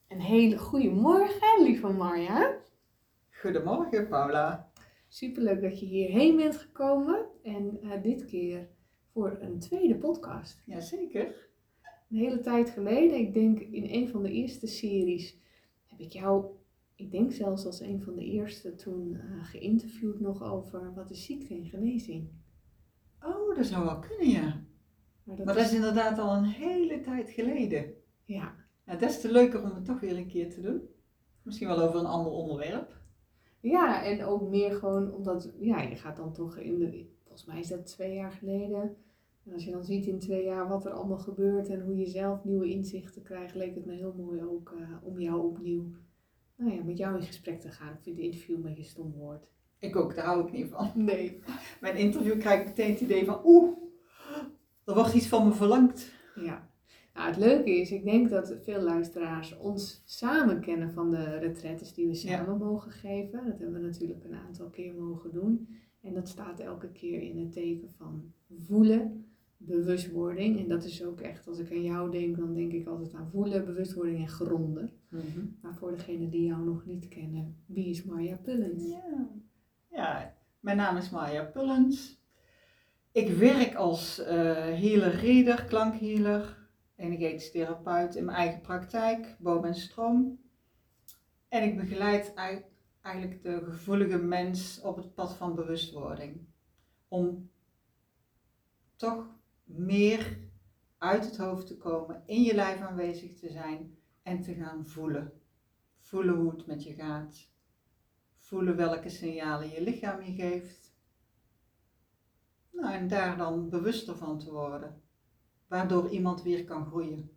Een hele goede morgen, lieve Marja. Goedemorgen, Paula. Superleuk dat je hierheen bent gekomen en dit keer voor een tweede podcast. Jazeker. Een hele tijd geleden, ik denk in een van de eerste series, heb ik jou, ik denk zelfs als een van de eerste toen geïnterviewd nog over wat is ziekte en genezing. Oh, dat zou wel kunnen, ja. Maar dat is inderdaad al een hele tijd geleden. Ja. Ja, des te leuker om het toch weer een keer te doen. Misschien wel over een ander onderwerp. Ja, en ook meer gewoon omdat, ja, je gaat dan toch volgens mij is dat 2 jaar geleden. En als je dan ziet in 2 jaar wat er allemaal gebeurt en hoe je zelf nieuwe inzichten krijgt, leek het me heel mooi ook om jou opnieuw, nou ja, met jou in gesprek te gaan. Ik vind de interview een beetje een stom woord. Ik ook, daar hou ik niet van. Nee. Mijn interview krijg ik meteen het idee van, er wordt iets van me verlangd. Ja. Nou, het leuke is, ik denk dat veel luisteraars ons samen kennen van de retraites die we samen mogen geven. Dat hebben we natuurlijk een aantal keer mogen doen. En dat staat elke keer in het teken van voelen, bewustwording. En dat is ook echt, als ik aan jou denk, dan denk ik altijd aan voelen, bewustwording en gronden. Mm-hmm. Maar voor degenen die jou nog niet kennen, wie is Marja Pullens? Ja, mijn naam is Marja Pullens. Ik werk als healer-reader, klankhealer, energetisch therapeut in mijn eigen praktijk, boom en stroom. En ik begeleid eigenlijk de gevoelige mens op het pad van bewustwording. Om toch meer uit het hoofd te komen, in je lijf aanwezig te zijn en te gaan voelen. Voelen hoe het met je gaat. Voelen welke signalen je lichaam je geeft. Nou, en daar dan bewuster van te worden. Waardoor iemand weer kan groeien.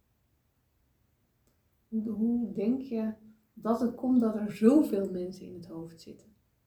Hoe denk je dat het komt dat er zoveel mensen in het hoofd zitten?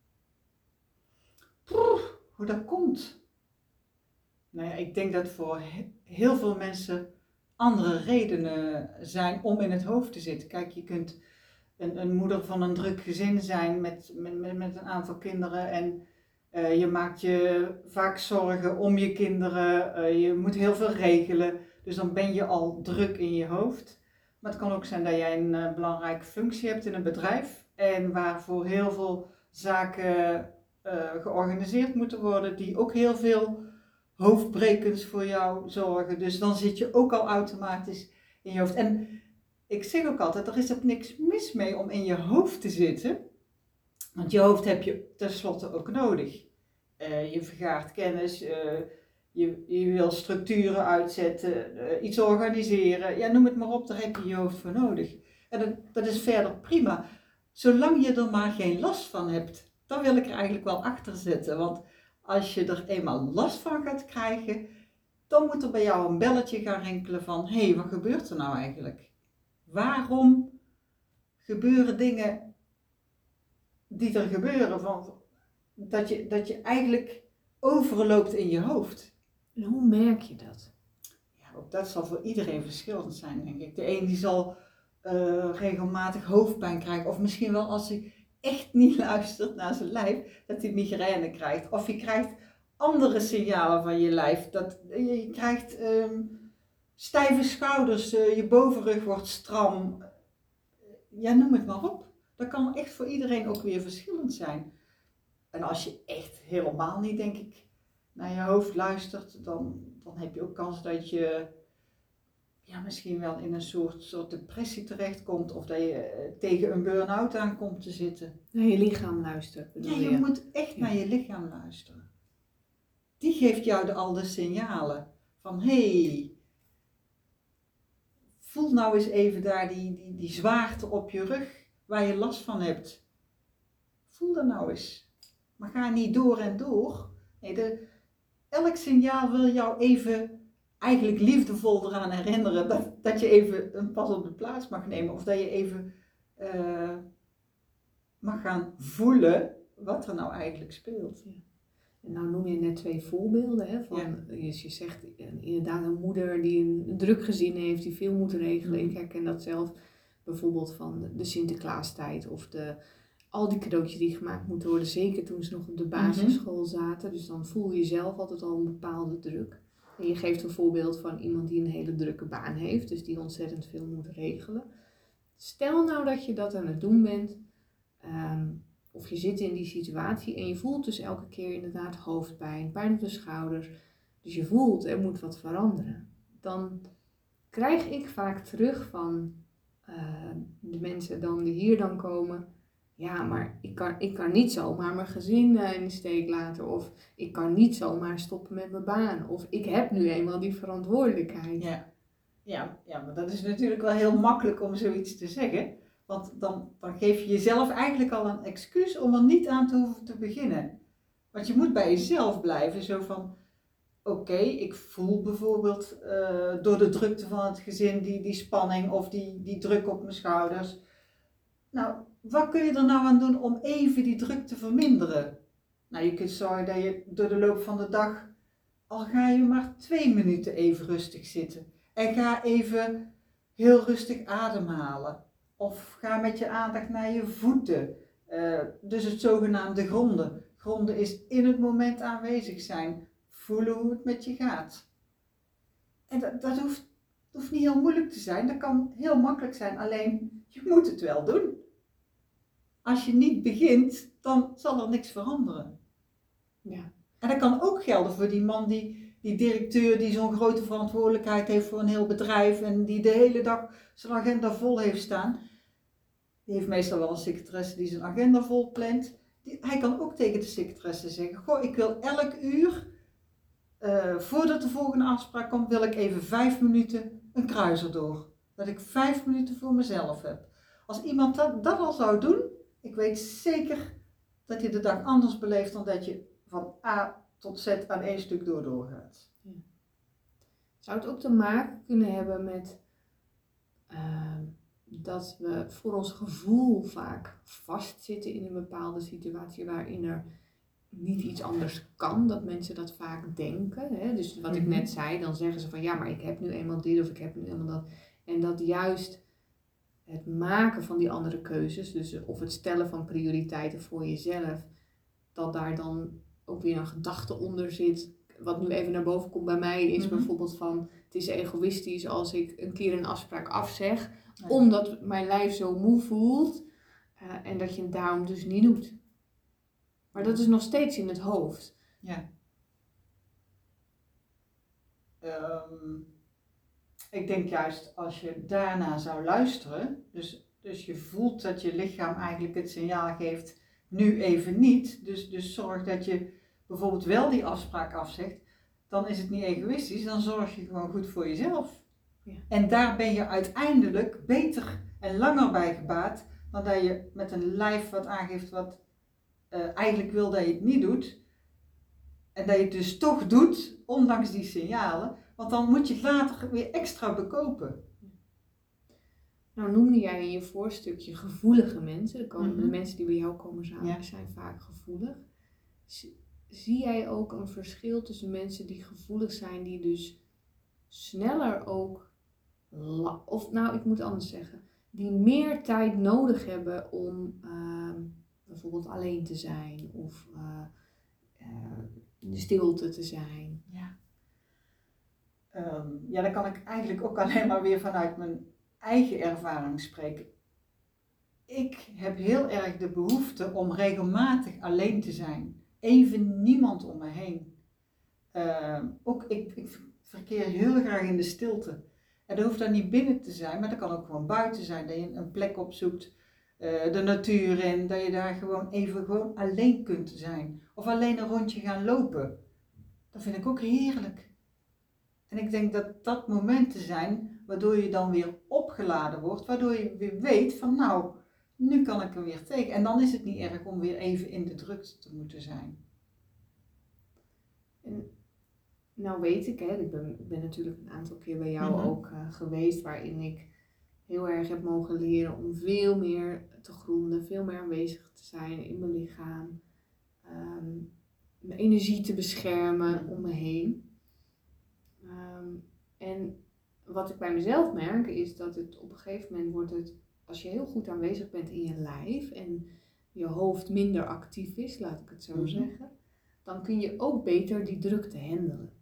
Hoe dat komt? Nou ja, ik denk dat voor heel veel mensen andere redenen zijn om in het hoofd te zitten. Kijk, je kunt een moeder van een druk gezin zijn met een aantal kinderen en je maakt je vaak zorgen om je kinderen, je moet heel veel regelen, dus dan ben je al druk in je hoofd. Maar het kan ook zijn dat jij een belangrijke functie hebt in een bedrijf en waarvoor heel veel zaken georganiseerd moeten worden die ook heel veel hoofdbrekens voor jou zorgen. Dus dan zit je ook al automatisch in je hoofd. En ik zeg ook altijd, er is ook niks mis mee om in je hoofd te zitten. Want je hoofd heb je tenslotte ook nodig. Je vergaart kennis, je wil structuren uitzetten, iets organiseren. Ja, noem het maar op, daar heb je je hoofd voor nodig. En dat is verder prima. Zolang je er maar geen last van hebt, dan wil ik er eigenlijk wel achter zetten. Want als je er eenmaal last van gaat krijgen, dan moet er bij jou een belletje gaan rinkelen van, hé, wat gebeurt er nou eigenlijk? Waarom gebeuren dingen die er gebeuren, dat je eigenlijk overloopt in je hoofd? En hoe merk je dat? Ja, ook dat zal voor iedereen verschillend zijn, denk ik. De een die zal regelmatig hoofdpijn krijgen, of misschien wel als hij echt niet luistert naar zijn lijf, dat hij migraine krijgt. Of je krijgt andere signalen van je lijf. Je krijgt stijve schouders, je bovenrug wordt stram. Ja, noem het maar op. Dat kan echt voor iedereen ook weer verschillend zijn. En als je echt helemaal niet, denk ik, naar je hoofd luistert, dan heb je ook kans dat je misschien wel in een soort depressie terechtkomt. Of dat je tegen een burn-out aan komt te zitten. Naar je lichaam luistert. Ja, je moet echt naar je lichaam luisteren. Die geeft jou al de signalen van, hé, voel nou eens even daar die zwaarte op je rug waar je last van hebt. Voel dat nou eens. Maar ga niet door en door. Nee, elk signaal wil jou even eigenlijk liefdevol eraan herinneren dat je even een pas op de plaats mag nemen. Of dat je even mag gaan voelen wat er nou eigenlijk speelt. Ja. En nou noem je net 2 voorbeelden. Hè, van, je zegt inderdaad een moeder die een druk gezin heeft, die veel moet regelen. Ik herken dat zelf bijvoorbeeld van de Sinterklaastijd of al die cadeautjes die gemaakt moeten worden. Zeker toen ze nog op de basisschool zaten. Dus dan voel je zelf altijd al een bepaalde druk. En je geeft een voorbeeld van iemand die een hele drukke baan heeft. Dus die ontzettend veel moet regelen. Stel nou dat je dat aan het doen bent, of je zit in die situatie en je voelt dus elke keer inderdaad hoofdpijn, pijn op de schouders. Dus je voelt, er moet wat veranderen. Dan krijg ik vaak terug van de mensen dan die hier dan komen. Ja, maar ik kan niet zomaar mijn gezin in de steek laten. Of ik kan niet zomaar stoppen met mijn baan. Of ik heb nu eenmaal die verantwoordelijkheid. Ja, maar dat is natuurlijk wel heel makkelijk om zoiets te zeggen. Want dan geef je jezelf eigenlijk al een excuus om er niet aan te hoeven te beginnen. Want je moet bij jezelf blijven. Zo van, oké, ik voel bijvoorbeeld door de drukte van het gezin die spanning of die druk op mijn schouders. Nou, wat kun je er nou aan doen om even die druk te verminderen? Nou, je kunt zorgen dat je door de loop van de dag, al ga je maar 2 minuten even rustig zitten. En ga even heel rustig ademhalen. Of ga met je aandacht naar je voeten. Dus het zogenaamde gronden. Gronden is in het moment aanwezig zijn. Voelen hoe het met je gaat. En dat hoeft niet heel moeilijk te zijn. Dat kan heel makkelijk zijn. Alleen, je moet het wel doen. Als je niet begint, dan zal er niks veranderen. Ja. En dat kan ook gelden voor die man, die directeur die zo'n grote verantwoordelijkheid heeft voor een heel bedrijf en die de hele dag zijn agenda vol heeft staan. Die heeft meestal wel een secretaresse die zijn agenda vol plant. Hij kan ook tegen de secretaresse zeggen, goh, ik wil elk uur, voordat de volgende afspraak komt, wil ik even 5 minuten een kruiser door. Dat ik 5 minuten voor mezelf heb. Als iemand dat al zou doen, ik weet zeker dat je de dag anders beleeft dan dat je van A tot Z aan 1 stuk doorgaat. Ja. Zou het ook te maken kunnen hebben met dat we voor ons gevoel vaak vastzitten in een bepaalde situatie waarin er niet iets anders kan, dat mensen dat vaak denken. Hè? Dus wat ik net zei, dan zeggen ze van ja, maar ik heb nu eenmaal dit of ik heb nu eenmaal dat. En dat juist het maken van die andere keuzes, dus of het stellen van prioriteiten voor jezelf, dat daar dan ook weer een gedachte onder zit. Wat nu even naar boven komt bij mij is bijvoorbeeld van, het is egoïstisch als ik een keer een afspraak afzeg, omdat mijn lijf zo moe voelt en dat je het daarom dus niet doet. Maar dat is nog steeds in het hoofd. Ja. Ik denk juist als je daarna zou luisteren, dus je voelt dat je lichaam eigenlijk het signaal geeft, nu even niet, dus zorg dat je bijvoorbeeld wel die afspraak afzegt, dan is het niet egoïstisch, dan zorg je gewoon goed voor jezelf. Ja. En daar ben je uiteindelijk beter en langer bij gebaat dan dat je met een lijf wat aangeeft wat eigenlijk wil dat je het niet doet. En dat je het dus toch doet, ondanks die signalen. Want dan moet je het later weer extra bekopen. Nou noemde jij in je voorstukje gevoelige mensen. De mensen die bij jou komen samen zijn vaak gevoelig. Zie jij ook een verschil tussen mensen die gevoelig zijn, die dus sneller ook, of nou ik moet anders zeggen, die meer tijd nodig hebben om bijvoorbeeld alleen te zijn of in de stilte te zijn? Ja, daar kan ik eigenlijk ook alleen maar weer vanuit mijn eigen ervaring spreken. Ik heb heel erg de behoefte om regelmatig alleen te zijn. Even niemand om me heen. Ook ik verkeer heel graag in de stilte. En dat hoeft dan niet binnen te zijn, maar dat kan ook gewoon buiten zijn. Dat je een plek opzoekt, de natuur in, dat je daar gewoon alleen kunt zijn. Of alleen een rondje gaan lopen. Dat vind ik ook heerlijk. En ik denk dat dat momenten zijn waardoor je dan weer opgeladen wordt, waardoor je weer weet van nou, nu kan ik er weer tegen. En dan is het niet erg om weer even in de drukte te moeten zijn. En nou weet ik, hè, ik ben natuurlijk een aantal keer bij jou ook geweest, waarin ik heel erg heb mogen leren om veel meer te gronden, veel meer aanwezig te zijn in mijn lichaam. Mijn energie te beschermen om me heen. En wat ik bij mezelf merk is dat het op een gegeven moment wordt het, als je heel goed aanwezig bent in je lijf en je hoofd minder actief is, laat ik het zo zeggen, dan kun je ook beter die drukte handelen.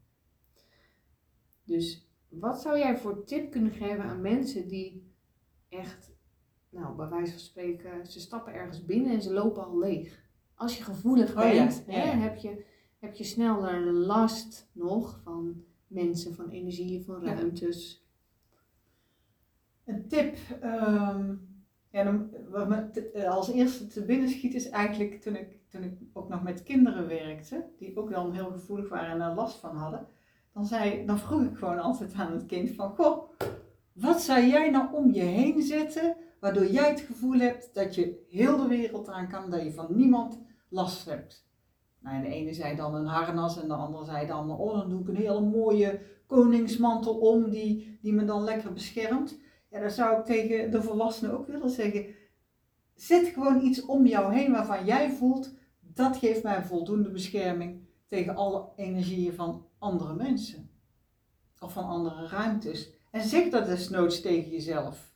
Dus wat zou jij voor tip kunnen geven aan mensen die echt nou, bij wijze van spreken, ze stappen ergens binnen en ze lopen al leeg. Als je gevoelig Oh ja, bent, ja, hè, ja. heb je sneller last nog van mensen, van energieën, van Ja. ruimtes. Een tip, ja, wat me als eerste te binnen schiet is eigenlijk toen ik ook nog met kinderen werkte, die ook dan heel gevoelig waren en daar last van hadden, dan vroeg ik gewoon altijd aan het kind van, goh, wat zou jij nou om je heen zetten, waardoor jij het gevoel hebt dat je heel de wereld aan kan, dat je van niemand last hebt. Nou, en de ene zei dan een harnas en de andere zei dan, oh, dan doe ik een hele mooie koningsmantel om die me dan lekker beschermt. Ja, dan zou ik tegen de volwassenen ook willen zeggen, zet gewoon iets om jou heen waarvan jij voelt, dat geeft mij voldoende bescherming tegen alle energieën van andere mensen. Of van andere ruimtes. En zeg dat desnoods tegen jezelf.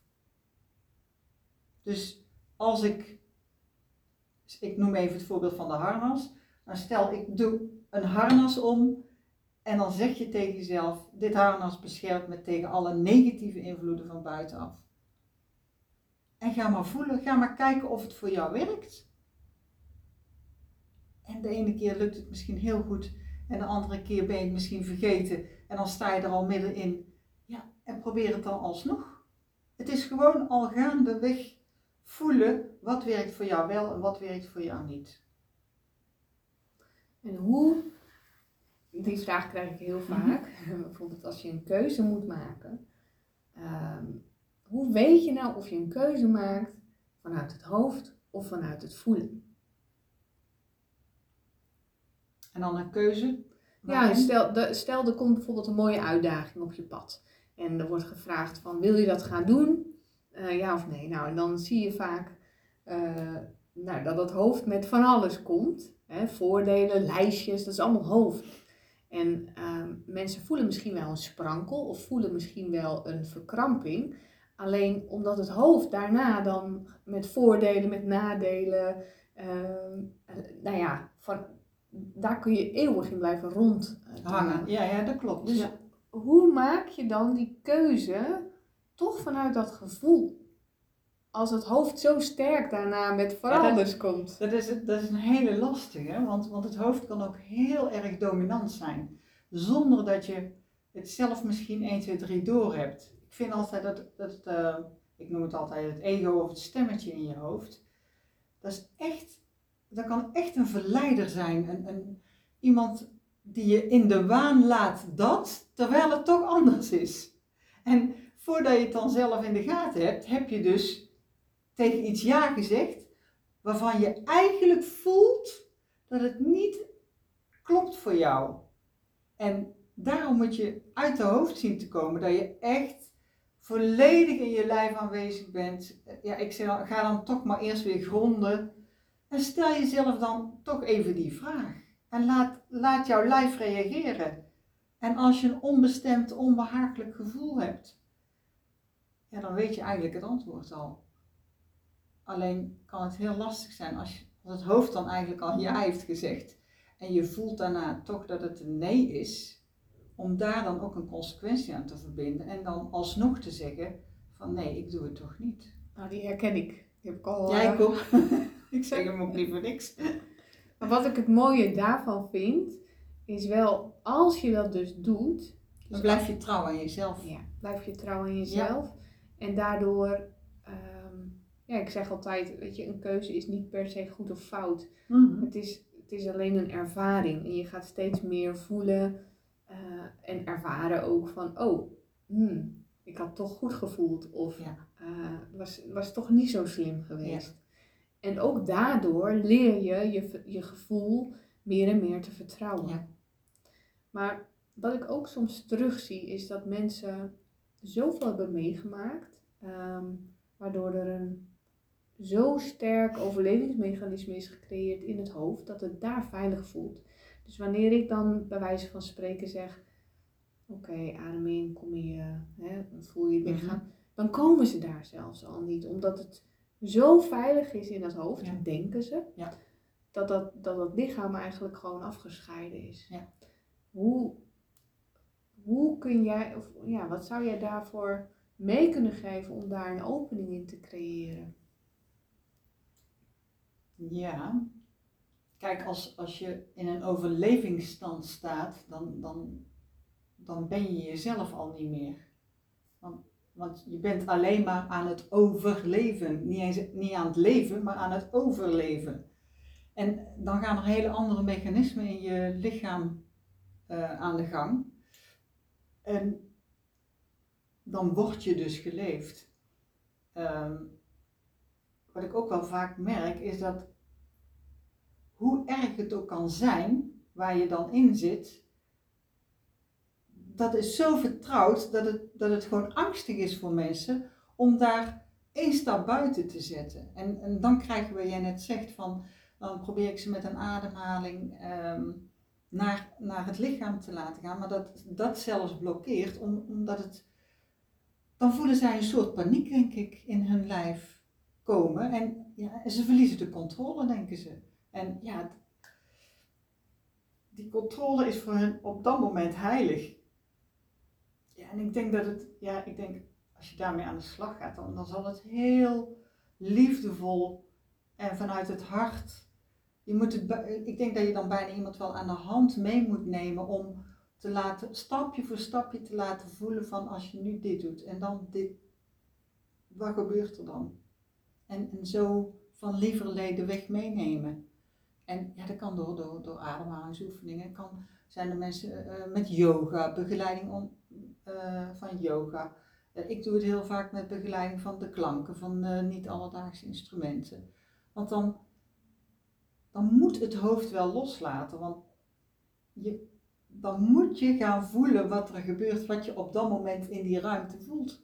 Dus als ik noem even het voorbeeld van de harnas. Nou, stel ik doe een harnas om en dan zeg je tegen jezelf, dit harnas beschermt me tegen alle negatieve invloeden van buitenaf. En ga maar voelen, ga maar kijken of het voor jou werkt. En de ene keer lukt het misschien heel goed en de andere keer ben je het misschien vergeten en dan sta je er al middenin. Ja, en probeer het dan alsnog. Het is gewoon al gaandeweg voelen wat werkt voor jou wel en wat werkt voor jou niet. En die vraag krijg ik heel vaak, bijvoorbeeld als je een keuze moet maken. Hoe weet je nou of je een keuze maakt vanuit het hoofd of vanuit het voelen? En dan een keuze? Ja, stel er komt bijvoorbeeld een mooie uitdaging op je pad. En er wordt gevraagd van, wil je dat gaan doen? Ja of nee? Nou, en dan zie je vaak dat het hoofd met van alles komt. Hè, voordelen, lijstjes, dat is allemaal hoofd. En mensen voelen misschien wel een sprankel of voelen misschien wel een verkramping. Alleen omdat het hoofd daarna dan met voordelen, met nadelen, daar kun je eeuwig in blijven hangen. Ja, dat klopt. Dus ja. Hoe maak je dan die keuze toch vanuit dat gevoel? Als het hoofd zo sterk daarna met van alles komt. Dat is een hele lastige, want het hoofd kan ook heel erg dominant zijn. Zonder dat je het zelf misschien 1, 2, 3 door hebt. Ik vind altijd ik noem het altijd het ego of het stemmetje in je hoofd. Dat kan echt een verleider zijn. Iemand die je in de waan laat terwijl het toch anders is. En voordat je het dan zelf in de gaten hebt, heb je dus tegen iets ja gezegd, waarvan je eigenlijk voelt dat het niet klopt voor jou. En daarom moet je uit de hoofd zien te komen, dat je echt volledig in je lijf aanwezig bent. Ja, ik zeg, ga dan toch maar eerst weer gronden en stel jezelf dan toch even die vraag. En laat jouw lijf reageren. En als je een onbestemd, onbehagelijk gevoel hebt, ja, dan weet je eigenlijk het antwoord al. Alleen kan het heel lastig zijn als het hoofd dan eigenlijk al ja heeft gezegd en je voelt daarna toch dat het een nee is, om daar dan ook een consequentie aan te verbinden en dan alsnog te zeggen van nee, ik doe het toch niet. Nou, die herken ik. Die heb ik al. Jij ook. Ik zeg hem ook niet voor niks. Maar wat ik het mooie daarvan vind, is wel als je dat dus doet. Dus dan blijf je trouw aan jezelf. Ja, blijf je trouw aan jezelf. Ja. En daardoor, ik zeg altijd, weet je, een keuze is niet per se goed of fout. Mm-hmm. Het is alleen een ervaring. En je gaat steeds meer voelen en ervaren ook van, ik had toch goed gevoeld. Of was toch niet zo slim geweest. Ja. En ook daardoor leer je gevoel meer en meer te vertrouwen. Ja. Maar wat ik ook soms terugzie is dat mensen zoveel hebben meegemaakt, waardoor er een zo sterk overlevingsmechanisme is gecreëerd in het hoofd, dat het daar veilig voelt. Dus wanneer ik dan bij wijze van spreken zeg, oké, adem in, kom hier, voel je het lichaam, dan komen ze daar zelfs al niet, omdat het zo veilig is in het hoofd, denken ze, dat lichaam eigenlijk gewoon afgescheiden is. Ja. Hoe kun jij, wat zou jij daarvoor mee kunnen geven om daar een opening in te creëren. Ja, kijk, als je in een overlevingsstand staat, dan ben je jezelf al niet meer. Want je bent alleen maar aan het overleven. Niet aan het leven, maar aan het overleven. En dan gaan er hele andere mechanismen in je lichaam aan de gang. En dan word je dus geleefd. Wat ik ook wel vaak merk is dat hoe erg het ook kan zijn waar je dan in zit, dat is zo vertrouwd dat het gewoon angstig is voor mensen om daar één stap buiten te zetten. En dan krijgen we, jij net zegt, van dan probeer ik ze met een ademhaling naar het lichaam te laten gaan, maar dat zelfs blokkeert, omdat het, dan voelen zij een soort paniek, denk ik, in hun lijf komen en ja, ze verliezen de controle, denken ze. En ja, die controle is voor hen op dat moment heilig. Ja, en ik denk als je daarmee aan de slag gaat, dan zal het heel liefdevol en vanuit het hart. Ik denk dat je dan bijna iemand wel aan de hand mee moet nemen om te laten, stapje voor stapje te laten voelen van als je nu dit doet en dan dit, wat gebeurt er dan? En zo van lieverlee de weg meenemen. En ja, dat kan door ademhalingsoefeningen, zijn er mensen met yoga, begeleiding van yoga. Ik doe het heel vaak met begeleiding van de klanken van niet-alledaagse instrumenten. Want dan moet het hoofd wel loslaten, want dan moet je gaan voelen wat er gebeurt, wat je op dat moment in die ruimte voelt.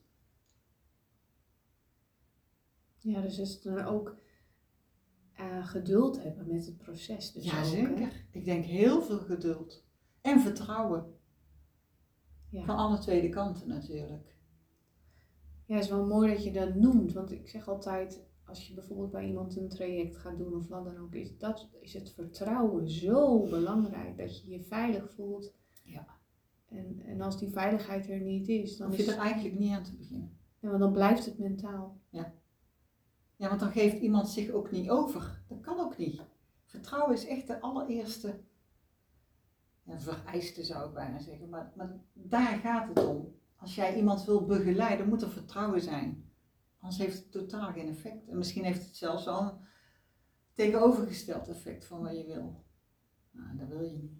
Ja, dus is er ook geduld hebben met het proces. Dus ja, ook, zeker. Hè? Ik denk heel veel geduld. En vertrouwen. Ja. Van alle twee kanten natuurlijk. Ja, het is wel mooi dat je dat noemt. Want ik zeg altijd, als je bijvoorbeeld bij iemand een traject gaat doen of wat dan ook, is het vertrouwen zo belangrijk. Dat je je veilig voelt. Ja. En als die veiligheid er niet is, dan hoef je er eigenlijk niet aan te beginnen. Ja, want dan blijft het mentaal. Ja. Ja, want dan geeft iemand zich ook niet over. Dat kan ook niet. Vertrouwen is echt de allereerste vereiste, zou ik bijna zeggen. Maar daar gaat het om. Als jij iemand wil begeleiden, moet er vertrouwen zijn. Anders heeft het totaal geen effect. En misschien heeft het zelfs wel een tegenovergesteld effect van wat je wil. Nou, dat wil je niet.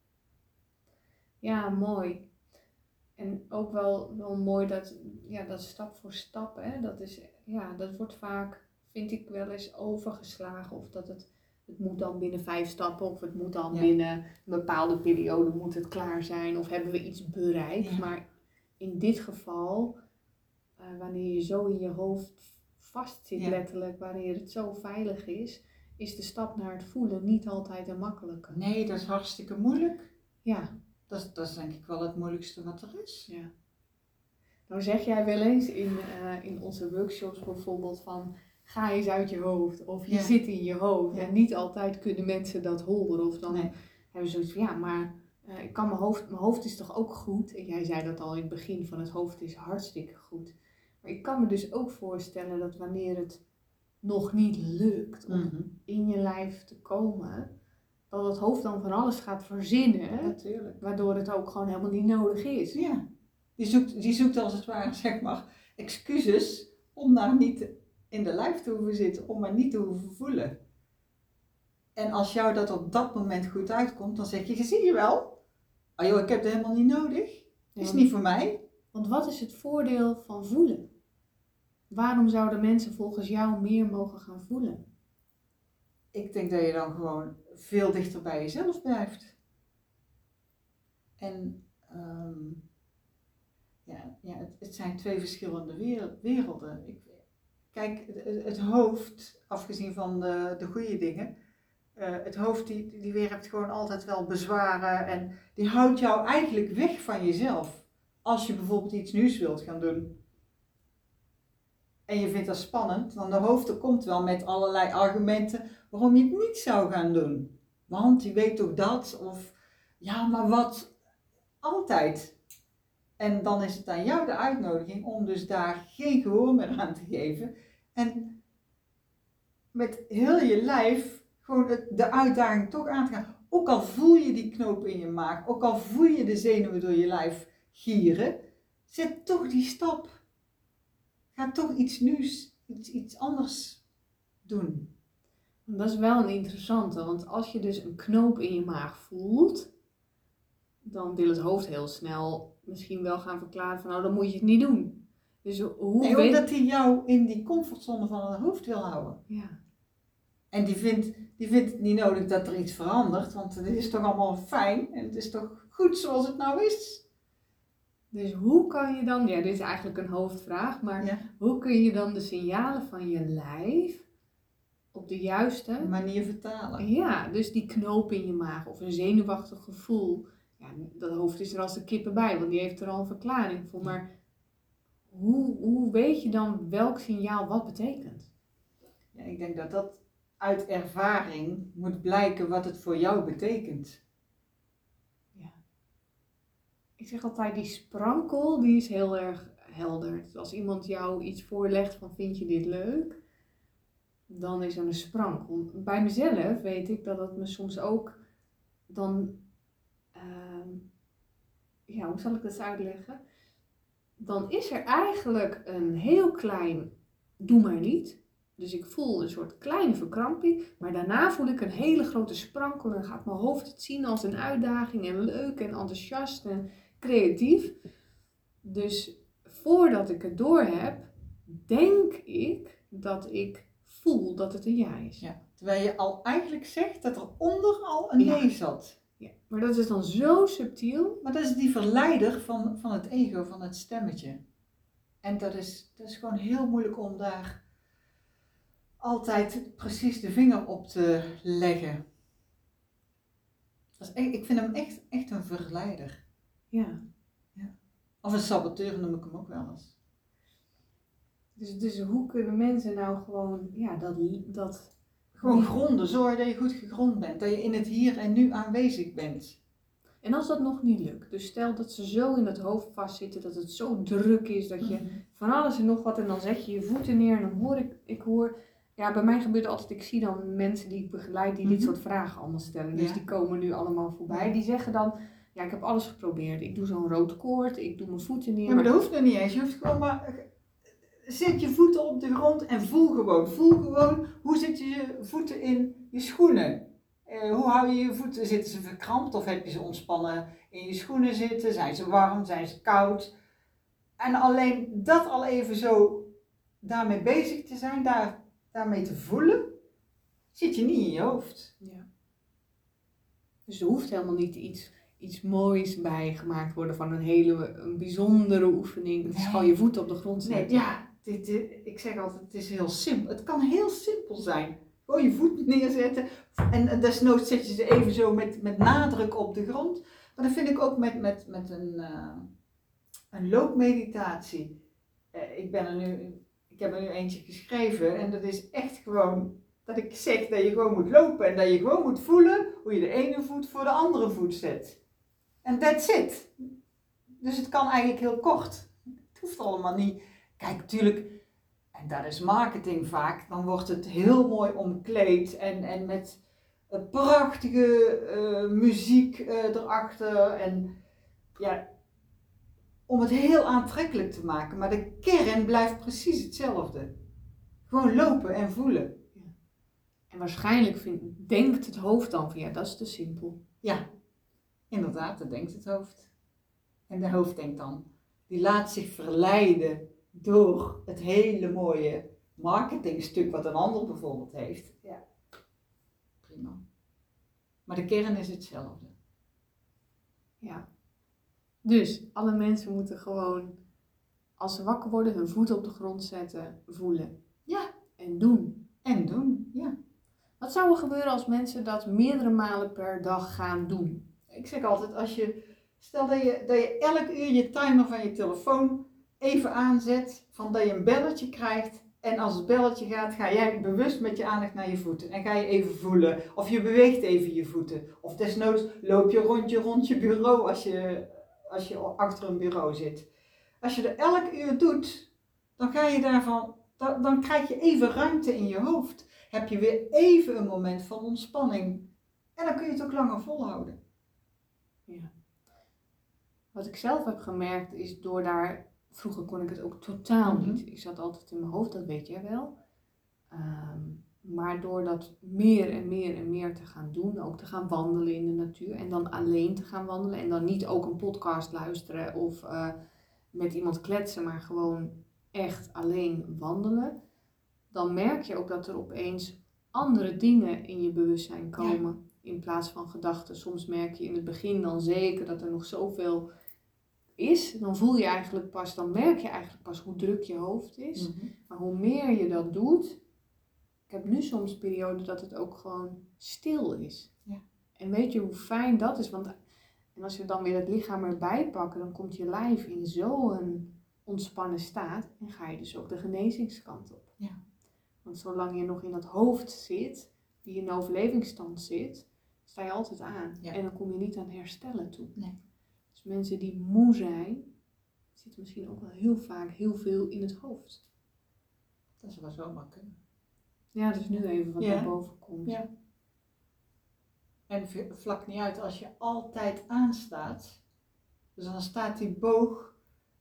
Ja, mooi. En ook wel mooi dat stap voor stap, hè, dat wordt vaak, vind ik wel eens overgeslagen. Of dat het moet dan binnen 5 stappen of het moet dan binnen een bepaalde periode moet het klaar zijn. Of hebben we iets bereikt. Ja. Maar in dit geval, wanneer je zo in je hoofd vastzit letterlijk, wanneer het zo veilig is de stap naar het voelen niet altijd een makkelijke. Nee, dat is hartstikke moeilijk. Ja. Dat is denk ik wel het moeilijkste wat er is. Ja. Nou zeg jij wel eens in onze workshops bijvoorbeeld van ga eens uit je hoofd of je zit in je hoofd. Ja. En niet altijd kunnen mensen dat horen of dan hebben ze zoiets van maar mijn hoofd is toch ook goed. En jij zei dat al in het begin van het hoofd is hartstikke goed. Maar ik kan me dus ook voorstellen dat wanneer het nog niet lukt om in je lijf te komen, dat het hoofd dan van alles gaat verzinnen, natuurlijk. Waardoor het ook gewoon helemaal niet nodig is. Ja, die zoekt als het ware, zeg maar, excuses om daar niet in de lijf te hoeven zitten, om maar niet te hoeven voelen. En als jou dat op dat moment goed uitkomt, dan zeg je zie je wel, ik heb het helemaal niet nodig, is niet voor mij. Want wat is het voordeel van voelen? Waarom zouden mensen volgens jou meer mogen gaan voelen? Ik denk dat je dan gewoon veel dichter bij jezelf blijft. En het zijn 2 verschillende werelden. Kijk, het hoofd, afgezien van de goede dingen, het hoofd die werpt gewoon altijd wel bezwaren en die houdt jou eigenlijk weg van jezelf. Als je bijvoorbeeld iets nieuws wilt gaan doen en je vindt dat spannend, dan de hoofd komt wel met allerlei argumenten waarom je het niet zou gaan doen. Want die weet toch dat, of ja, maar wat? Altijd. En dan is het aan jou de uitnodiging om dus daar geen gehoor meer aan te geven. En met heel je lijf gewoon de uitdaging toch aan te gaan. Ook al voel je die knoop in je maag, ook al voel je de zenuwen door je lijf gieren, zet toch die stap. Ga toch iets nieuws, iets anders doen. Dat is wel een interessante, want als je dus een knoop in je maag voelt, dan wil het hoofd heel snel misschien wel gaan verklaren van, nou, dan moet je het niet doen. Dus hoe Nee, weet... omdat hij jou in die comfortzone van het hoofd wil houden. Ja. En die vindt het niet nodig dat er iets verandert, want het is toch allemaal fijn en het is toch goed zoals het nou is. Dus hoe kan je dan, ja, dit is eigenlijk een hoofdvraag, maar Ja. hoe kun je dan de signalen van je lijf op de juiste Manier vertalen. Ja, dus die knoop in je maag of een zenuwachtig gevoel. Ja, dat hoofd is er als de kippen bij, want die heeft er al een verklaring voor. Maar hoe weet je dan welk signaal wat betekent? Ja, ik denk dat uit ervaring moet blijken wat het voor jou betekent. Ja. Ik zeg altijd, die sprankel, die is heel erg helder. Dus als iemand jou iets voorlegt van, vind je dit leuk? Dan is er een sprankel. Bij mezelf weet ik dat het me soms ook dan, ja, hoe zal ik dat uitleggen? Dan is er eigenlijk een heel klein doe maar niet. Dus ik voel een soort kleine verkramping, maar daarna voel ik een hele grote sprankel en gaat mijn hoofd het zien als een uitdaging en leuk en enthousiast en creatief. Dus voordat ik het door heb, denk ik dat ik voel dat het een ja is. Ja, terwijl je al eigenlijk zegt dat er onder al een nee zat. Ja, maar dat is dan zo subtiel. Maar dat is die verleider van het ego, van het stemmetje. En dat is gewoon heel moeilijk om daar altijd precies de vinger op te leggen. Dat is echt, ik vind hem echt een verleider. Ja. Of een saboteur noem ik hem ook wel eens. Dus hoe kunnen mensen nou gewoon, ja, dat Gewoon gronden, zorg dat je goed gegrond bent, dat je in het hier en nu aanwezig bent. En als dat nog niet lukt, dus stel dat ze zo in het hoofd vastzitten, dat het zo druk is, dat je van alles en nog wat, en dan zet je je voeten neer en dan hoor ik hoor, ja, bij mij gebeurt altijd, ik zie dan mensen die ik begeleid die dit soort vragen allemaal stellen, dus die komen nu allemaal voorbij, die zeggen dan, ja, ik heb alles geprobeerd, ik doe zo'n rood koord, ik doe mijn voeten neer. Ja, maar dat hoeft nog niet eens, je hoeft gewoon maar, zet je voeten op de grond en voel gewoon, hoe zitten je voeten in je schoenen? Hoe hou je je voeten? Zitten ze verkrampt of heb je ze ontspannen in je schoenen zitten? Zijn ze warm? Zijn ze koud? En alleen dat al even zo daarmee bezig te zijn, daarmee te voelen, zit je niet in je hoofd. Ja. Dus er hoeft helemaal niet iets moois bij gemaakt worden van een bijzondere oefening. Het is gewoon je voeten op de grond zetten. Nee, ja, ik zeg altijd, het is heel simpel. Het kan heel simpel zijn. Gewoon je voeten neerzetten en desnoods zet je ze even zo met nadruk op de grond. Maar dat vind ik ook met een loopmeditatie. Ik heb er nu eentje geschreven en dat is echt gewoon dat ik zeg dat je gewoon moet lopen en dat je gewoon moet voelen hoe je de ene voet voor de andere voet zet. En that's it. Dus het kan eigenlijk heel kort. Het hoeft allemaal niet. Kijk, natuurlijk, en dat is marketing vaak, dan wordt het heel mooi omkleed en met prachtige muziek erachter. En ja, om het heel aantrekkelijk te maken. Maar de kern blijft precies hetzelfde. Gewoon lopen en voelen. En waarschijnlijk denkt het hoofd dan van, ja, dat is te simpel. Ja, inderdaad, dat denkt het hoofd. En de hoofd denkt dan, die laat zich verleiden door het hele mooie marketingstuk wat een ander bijvoorbeeld heeft. Ja, prima. Maar de kern is hetzelfde. Ja. Dus alle mensen moeten gewoon, als ze wakker worden, hun voeten op de grond zetten, voelen. Ja. En doen. En doen, ja. Wat zou er gebeuren als mensen dat meerdere malen per dag gaan doen? Ik zeg altijd, stel dat je elk uur je timer van je telefoon even aanzet, van dat je een belletje krijgt. En als het belletje gaat, ga jij bewust met je aandacht naar je voeten. En ga je even voelen. Of je beweegt even je voeten. Of desnoods loop je rond je bureau als je als je achter een bureau zit. Als je er elk uur doet, dan ga je daarvan, dan krijg je even ruimte in je hoofd. Heb je weer even een moment van ontspanning. En dan kun je het ook langer volhouden. Ja. Wat ik zelf heb gemerkt is door daar, vroeger kon ik het ook totaal niet. Ik zat altijd in mijn hoofd, dat weet jij wel. Maar door dat meer en meer en meer te gaan doen, ook te gaan wandelen in de natuur en dan alleen te gaan wandelen en dan niet ook een podcast luisteren of met iemand kletsen, maar gewoon echt alleen wandelen, dan merk je ook dat er opeens andere dingen in je bewustzijn komen in plaats van gedachten. Soms merk je in het begin dan zeker dat er nog zoveel is, dan voel je eigenlijk pas, dan merk je eigenlijk pas hoe druk je hoofd is. Maar hoe meer je dat doet, ik heb nu soms perioden dat het ook gewoon stil is. Ja. En weet je hoe fijn dat is? Want en als je dan weer het lichaam erbij pakken, dan komt je lijf in zo'n ontspannen staat en ga je dus ook de genezingskant op. Ja. Want zolang je nog in dat hoofd zit, die in de overlevingsstand zit, sta je altijd aan. Ja. En dan kom je niet aan herstellen toe. Nee. Dus mensen die moe zijn, zitten misschien ook wel heel vaak heel veel in het hoofd. Dat zou zomaar kunnen. Ja, dat is nu even wat naar boven komt. Ja. En vlak niet uit als je altijd aanstaat. Dus dan staat die boog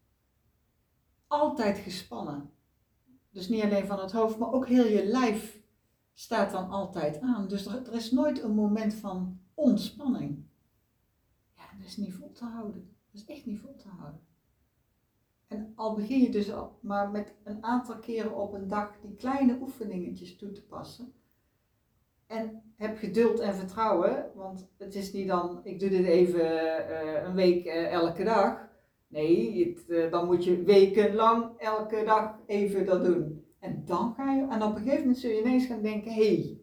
altijd gespannen. Dus niet alleen van het hoofd, maar ook heel je lijf staat dan altijd aan. Dus er is nooit een moment van ontspanning. Ja, dat is niet vol te houden. Dat is echt niet vol te houden. En al begin je dus al maar met een aantal keren op een dag die kleine oefeningetjes toe te passen. En heb geduld en vertrouwen, want het is niet dan, ik doe dit even een week elke dag. Nee, dan moet je wekenlang elke dag even dat doen. En dan ga je, en op een gegeven moment zul je ineens gaan denken, hé,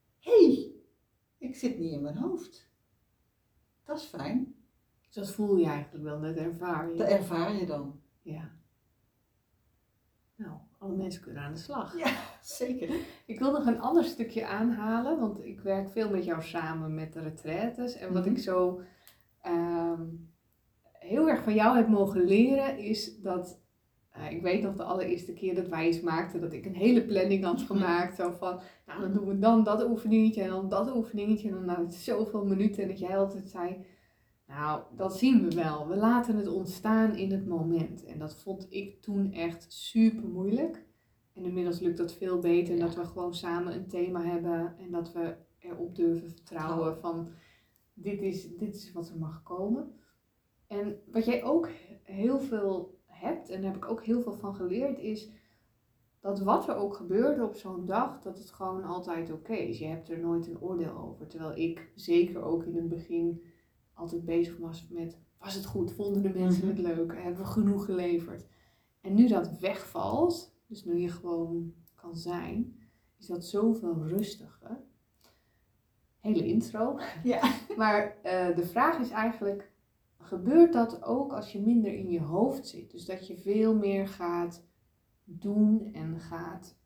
ik zit niet in mijn hoofd. Dat is fijn. Dus dat voel je eigenlijk wel, dat ervaar je. Dat ervaar je dan. Ja. Nou, alle mensen kunnen aan de slag. Ja, zeker. Ik wil nog een ander stukje aanhalen, want ik werk veel met jou samen met de retraites. En wat ik zo heel erg van jou heb mogen leren is dat, ik weet nog de allereerste keer dat wij iets maakten, dat ik een hele planning had gemaakt. Zo van, nou dan doen we dan dat oefeningetje en dan dat oefeningetje. En dan na zoveel minuten en dat jij altijd zei, nou dat zien we wel. We laten het ontstaan in het moment. En dat vond ik toen echt super moeilijk. En inmiddels lukt dat veel beter, dat we gewoon samen een thema hebben en dat we erop durven vertrouwen van dit is wat er mag komen. En wat jij ook heel veel hebt, en daar heb ik ook heel veel van geleerd, is dat wat er ook gebeurde op zo'n dag, dat het gewoon altijd oké is. Je hebt er nooit een oordeel over. Terwijl ik zeker ook in het begin altijd bezig was met, was het goed? Vonden de mensen het leuk? Hebben we genoeg geleverd? En nu dat wegvalt, dus nu je gewoon kan zijn, is dat zoveel rustiger. Hele intro. Ja. Maar de vraag is eigenlijk, gebeurt dat ook als je minder in je hoofd zit? Dus dat je veel meer gaat doen en gaat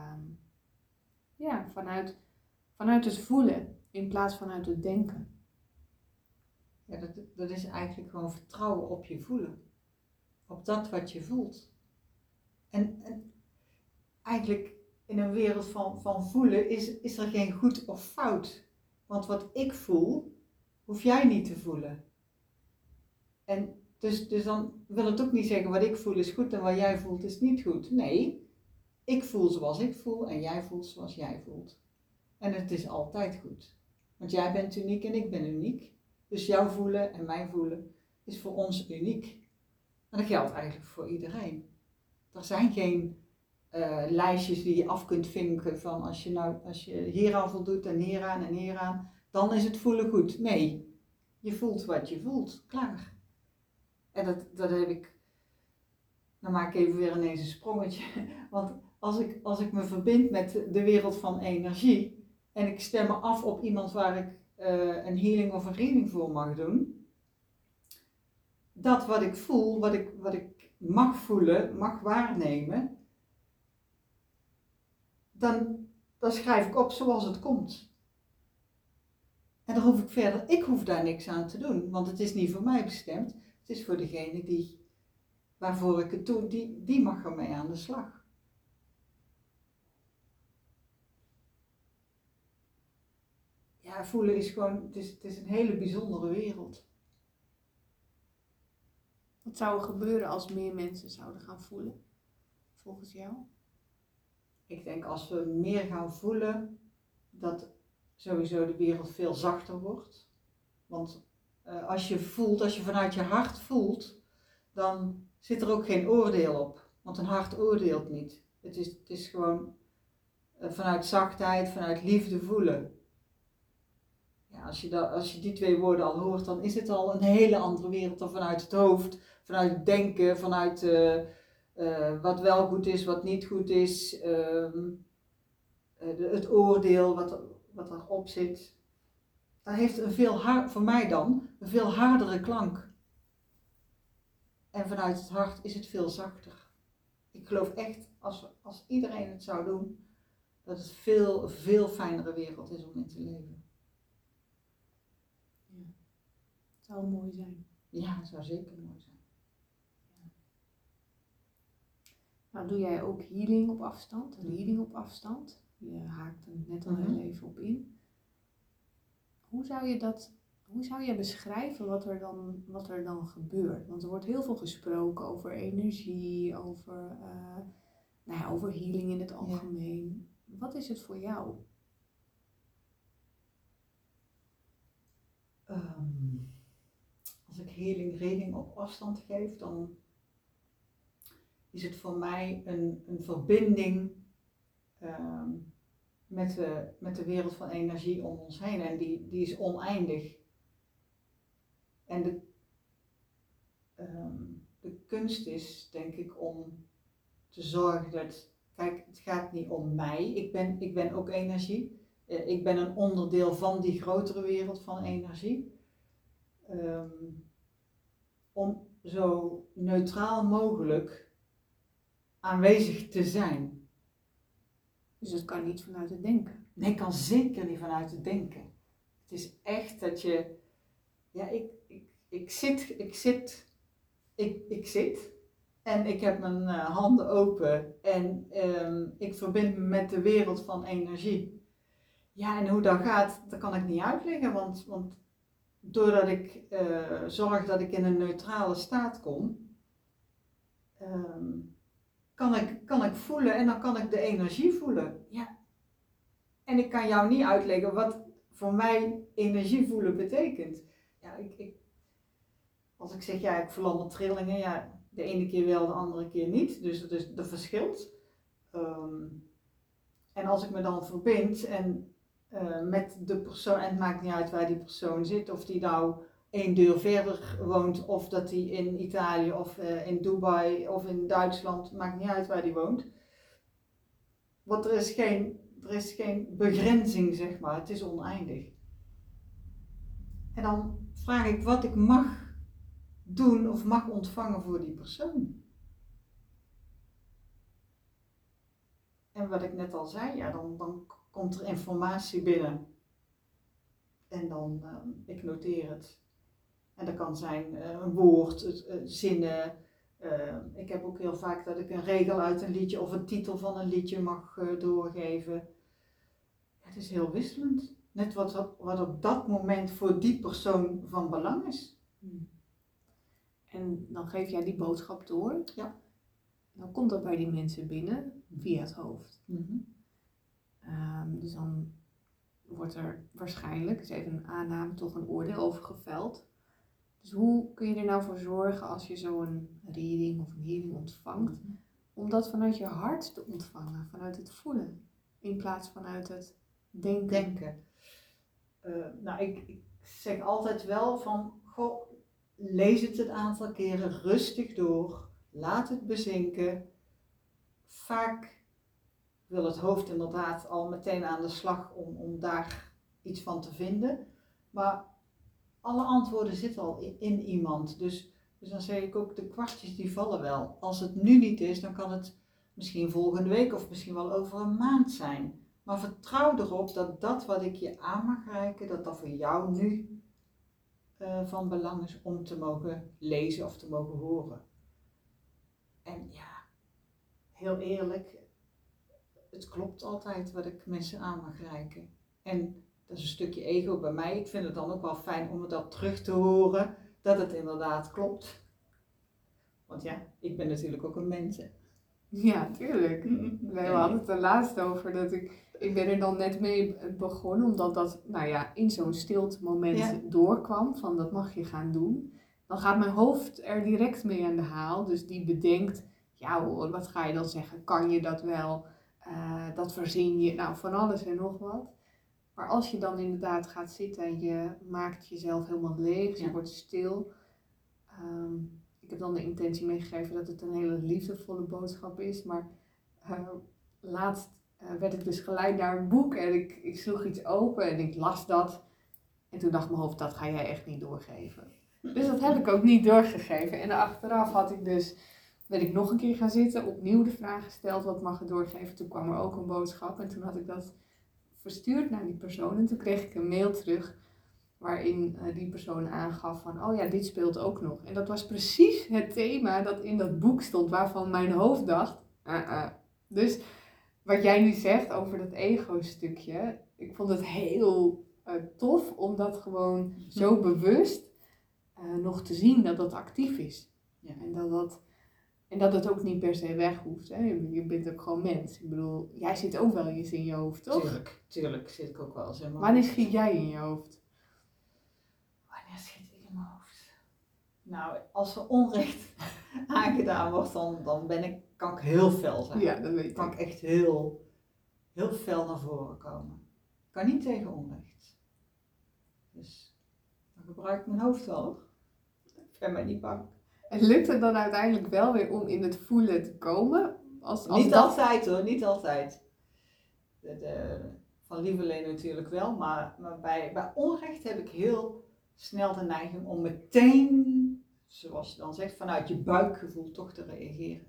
vanuit het voelen in plaats van uit het denken. Ja, dat is eigenlijk gewoon vertrouwen op je voelen. Op dat wat je voelt. En eigenlijk in een wereld van voelen is er geen goed of fout. Want wat ik voel, hoef jij niet te voelen. En dus dan wil het ook niet zeggen wat ik voel is goed en wat jij voelt is niet goed. Nee, ik voel zoals ik voel en jij voelt zoals jij voelt. En het is altijd goed. Want jij bent uniek en ik ben uniek. Dus jouw voelen en mijn voelen is voor ons uniek. En dat geldt eigenlijk voor iedereen. Er zijn geen lijstjes die je af kunt vinken van als je hieraan voldoet en hieraan en hieraan, dan is het voelen goed. Nee, je voelt wat je voelt. Klaar. En dat heb ik, dan maak ik even weer ineens een sprongetje. Want als ik me verbind met de wereld van energie en ik stem me af op iemand waar ik een healing of een reading voor mag doen, dat wat ik voel, wat ik mag voelen, mag waarnemen, dan schrijf ik op zoals het komt. En dan hoef ik hoef daar niks aan te doen, want het is niet voor mij bestemd. Het Het is voor degene waarvoor ik het doe, die mag ermee aan de slag. Ja, voelen is gewoon, het is een hele bijzondere wereld. Wat zou er gebeuren als meer mensen zouden gaan voelen, volgens jou? Ik denk als we meer gaan voelen, dat sowieso de wereld veel zachter wordt. Want als je vanuit je hart voelt, dan zit er ook geen oordeel op. Want een hart oordeelt niet. Het is gewoon vanuit zachtheid, vanuit liefde voelen. Ja, als je die twee woorden al hoort, dan is het al een hele andere wereld dan vanuit het hoofd, vanuit het denken, vanuit wat wel goed is, wat niet goed is, het oordeel wat erop zit. Dat heeft voor mij dan een veel hardere klank. En vanuit het hart is het veel zachter. Ik geloof echt, als iedereen het zou doen, dat het een veel fijnere wereld is om in te leven. Ja. Het zou mooi zijn. Ja, het zou zeker mooi zijn. Ja. Nou, doe jij ook healing op afstand, reading op afstand? Je haakt er net al heel even op in. Hoe zou je beschrijven wat er dan gebeurt? Want er wordt heel veel gesproken over energie, over healing in het algemeen. Ja. Wat is het voor jou? Als ik healing reading op afstand geef, dan is het voor mij een verbinding met de wereld van energie om ons heen. En die is oneindig. En de kunst is, denk ik, om te zorgen dat, kijk, het gaat niet om mij. Ik ben ook energie. Ik ben een onderdeel van die grotere wereld van energie. Om zo neutraal mogelijk aanwezig te zijn. Dus het kan niet vanuit het denken? Nee, het kan zeker niet vanuit het denken. Het is echt dat je, ja, ik zit en ik heb mijn handen open en ik verbind me met de wereld van energie. Ja, en hoe dat gaat, dat kan ik niet uitleggen, want doordat ik zorg dat ik in een neutrale staat kom, kan ik voelen en dan kan ik de energie voelen. Ja. En ik kan jou niet uitleggen wat voor mij energie voelen betekent. Ja, als ik zeg, ja, ik voel allemaal trillingen, ja, de ene keer wel, de andere keer niet. Dus dat verschilt. En als ik me dan verbind en met de persoon, en het maakt niet uit waar die persoon zit, of die nou 1 deur verder woont, of dat die in Italië, of in Dubai, of in Duitsland, maakt niet uit waar die woont. Want er is geen begrenzing, zeg maar, het is oneindig. En dan vraag ik wat ik mag doen of mag ontvangen voor die persoon. En wat ik net al zei, ja, dan komt er informatie binnen. En dan, ik noteer het. En dat kan zijn een woord, zinnen. Ik heb ook heel vaak dat ik een regel uit een liedje of een titel van een liedje mag doorgeven. Ja, het is heel wisselend. Net wat op dat moment voor die persoon van belang is. En dan geef jij die boodschap door. Ja. Dan komt dat bij die mensen binnen via het hoofd. Dus dan wordt er waarschijnlijk, is even een aanname, toch een oordeel over geveld. Dus hoe kun je er nou voor zorgen als je zo'n reading of een healing ontvangt, om dat vanuit je hart te ontvangen, vanuit het voelen, in plaats vanuit het denken? Nou, ik zeg altijd wel van, goh, lees het een aantal keren rustig door, laat het bezinken. Vaak wil het hoofd inderdaad al meteen aan de slag om daar iets van te vinden. Maar alle antwoorden zitten al in iemand. Dus dan zeg ik ook, de kwartjes die vallen wel. Als het nu niet is, dan kan het misschien volgende week of misschien wel over een maand zijn. Maar vertrouw erop dat wat ik je aan mag reiken, dat voor jou nu van belang is om te mogen lezen of te mogen horen. En ja, heel eerlijk, het klopt altijd wat ik mensen aan mag reiken. En dat is een stukje ego bij mij. Ik vind het dan ook wel fijn om dat terug te horen, dat het inderdaad klopt. Want ja, ik ben natuurlijk ook een mens. Hè. Ja, tuurlijk. We hadden het er laatst over dat ik ben er dan net mee begonnen, omdat dat, nou ja, in zo'n stilte moment doorkwam van dat mag je gaan doen. Dan gaat mijn hoofd er direct mee aan de haal, dus die bedenkt, ja hoor, wat ga je dan zeggen? Kan je dat wel? Dat verzin je, nou van alles en nog wat. Maar als je dan inderdaad gaat zitten en je maakt jezelf helemaal leeg, je wordt stil. Ik heb dan de intentie meegegeven dat het een hele liefdevolle boodschap is, maar laatst werd ik dus geleid naar een boek en ik sloeg iets open en ik las dat. En toen dacht mijn hoofd, dat ga jij echt niet doorgeven. Dus dat heb ik ook niet doorgegeven. En achteraf ben ik nog een keer gaan zitten, opnieuw de vraag gesteld, wat mag ik doorgeven? Toen kwam er ook een boodschap en toen had ik dat verstuurd naar die persoon en toen kreeg ik een mail terug waarin die persoon aangaf van, oh ja, dit speelt ook nog. En dat was precies het thema dat in dat boek stond, waarvan mijn hoofd dacht, Dus wat jij nu zegt over dat ego-stukje, ik vond het heel tof om dat gewoon zo bewust nog te zien dat dat actief is. Ja. En dat het ook niet per se weg hoeft. Hè? Je bent ook gewoon mens. Ik bedoel, jij zit ook wel eens in je hoofd, toch? Tuurlijk zit ik ook wel eens in mijn hoofd. Wanneer schiet jij in je hoofd? Wanneer schiet ik in mijn hoofd? Nou, als er onrecht aangedaan wordt, dan kan ik heel fel zijn. Ja, dat weet ik. Kan ik echt heel fel naar voren komen. Ik kan niet tegen onrecht. Dus dan gebruik ik mijn hoofd wel, hoor. Ik ben mij niet bang. En lukt het dan uiteindelijk wel weer om in het voelen te komen? Niet altijd hoor, niet altijd. Van lieverlee natuurlijk wel, maar bij onrecht heb ik heel snel de neiging om meteen, zoals je dan zegt, vanuit je buikgevoel toch te reageren.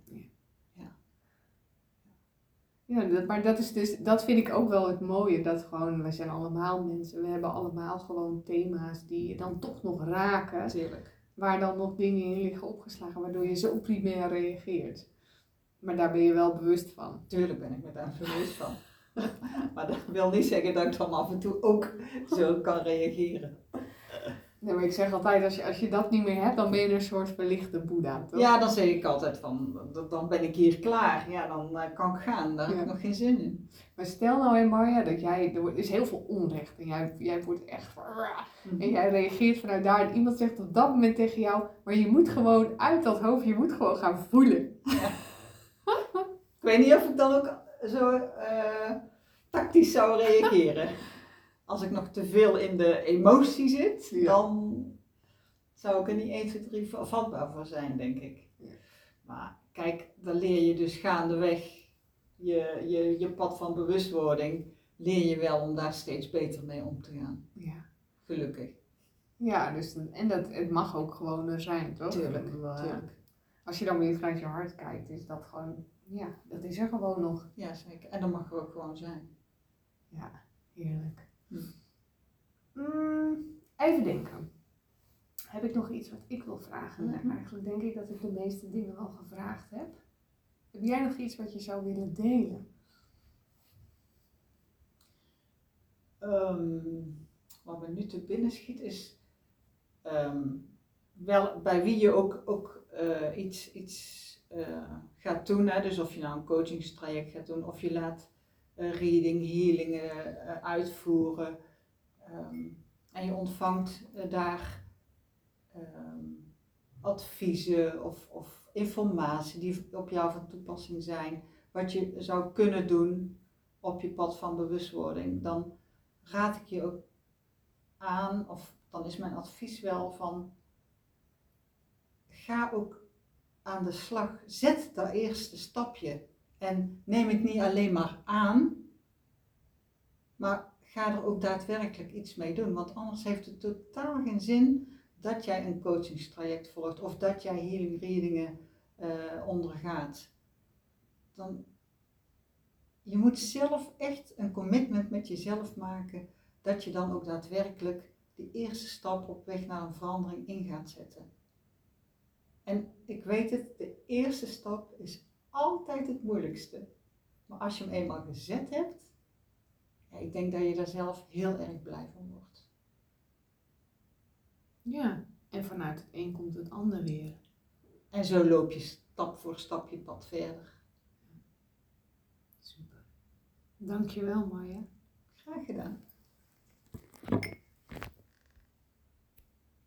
Ja, maar dat is dus, dat vind ik ook wel het mooie, dat gewoon, we zijn allemaal mensen, we hebben allemaal gewoon thema's die je dan toch nog raken. Tuurlijk. Waar dan nog dingen in liggen opgeslagen, waardoor je zo primair reageert. Maar daar ben je wel bewust van. Tuurlijk ben ik me daar bewust van. Maar dat wil niet zeggen dat ik dan af en toe ook zo kan reageren. Nee, maar ik zeg altijd, als je dat niet meer hebt, dan ben je een soort verlichte boeddha, toch? Ja, dan zeg ik altijd van, dan ben ik hier klaar. Ja, dan kan ik gaan. Daar heb ik nog geen zin in. Maar stel nou eenmaal, ja, er is heel veel onrecht en jij wordt echt... En jij reageert vanuit daar en iemand zegt op dat moment tegen jou, maar je moet gewoon uit dat hoofd, je moet gewoon gaan voelen. Ja. Ik weet niet of ik dan ook zo tactisch zou reageren. Als ik nog te veel in de emotie zit, dan zou ik er niet 1, 2, 3 vatbaar voor zijn, denk ik. Ja. Maar kijk, dan leer je dus gaandeweg je pad van bewustwording, leer je wel om daar steeds beter mee om te gaan. Ja. Gelukkig. Ja, dus het mag ook gewoon er zijn, toch? Tuurlijk. Als je dan weer vanuit je hart kijkt, is dat gewoon, ja, dat is er gewoon nog. Ja, zeker. En dat mag er ook gewoon zijn. Ja, heerlijk. Even denken. Heb ik nog iets wat ik wil vragen? Eigenlijk denk ik dat ik de meeste dingen al gevraagd heb. Heb jij nog iets wat je zou willen delen? Wat me nu te binnen schiet is wel bij wie je ook iets gaat doen. Hè? Dus of je nou een coachingstraject gaat doen of je laat reading, healingen uitvoeren. En je ontvangt daar adviezen of informatie die op jou van toepassing zijn. Wat je zou kunnen doen op je pad van bewustwording. Dan raad ik je ook aan, of dan is mijn advies wel van, ga ook aan de slag. Zet dat eerste stapje. En neem het niet alleen maar aan, maar ga er ook daadwerkelijk iets mee doen. Want anders heeft het totaal geen zin dat jij een coachingstraject volgt of dat jij healing readingen ondergaat. Je moet zelf echt een commitment met jezelf maken dat je dan ook daadwerkelijk die eerste stap op weg naar een verandering in gaat zetten. En ik weet het, de eerste stap is altijd het moeilijkste. Maar als je hem eenmaal gezet hebt, ja, ik denk dat je daar zelf heel erg blij van wordt. Ja, en vanuit het een komt het ander weer. En zo loop je stap voor stap je pad verder. Super. Dankjewel, Marja. Graag gedaan.